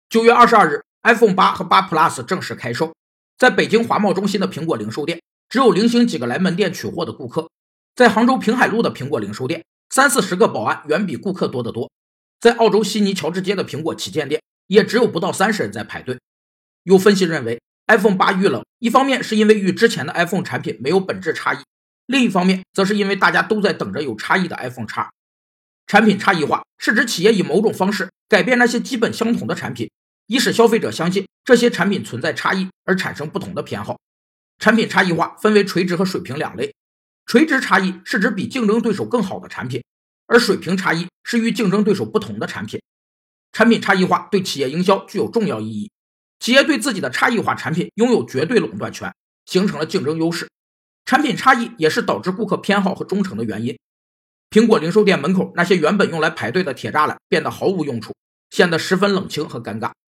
9月22日 ，iPhone 8和8 Plus 正式开售。在北京华贸中心的苹果零售店，只有零星几个来门店取货的顾客。在杭州平海路的苹果零售店，30-40个保安远比顾客多得多。在澳洲悉尼乔治街的苹果旗舰店，也只有不到30人在排队。有分析认为 ，iPhone 8遇冷，一方面是因为与之前的 iPhone 产品没有本质差异，另一方面则是因为大家都在等着有差异的 iPhone X。产品差异化是指企业以某种方式改变那些基本相同的产品，以使消费者相信这些产品存在差异而产生不同的偏好。产品差异化分为垂直和水平两类。垂直差异是指比竞争对手更好的产品，而水平差异是与竞争对手不同的产品。产品差异化对企业营销具有重要意义，企业对自己的差异化产品拥有绝对垄断权，形成了竞争优势。产品差异也是导致顾客偏好和忠诚的原因。苹果零售店门口那些原本用来排队的铁栅栏变得毫无用处，显得十分冷清和尴尬。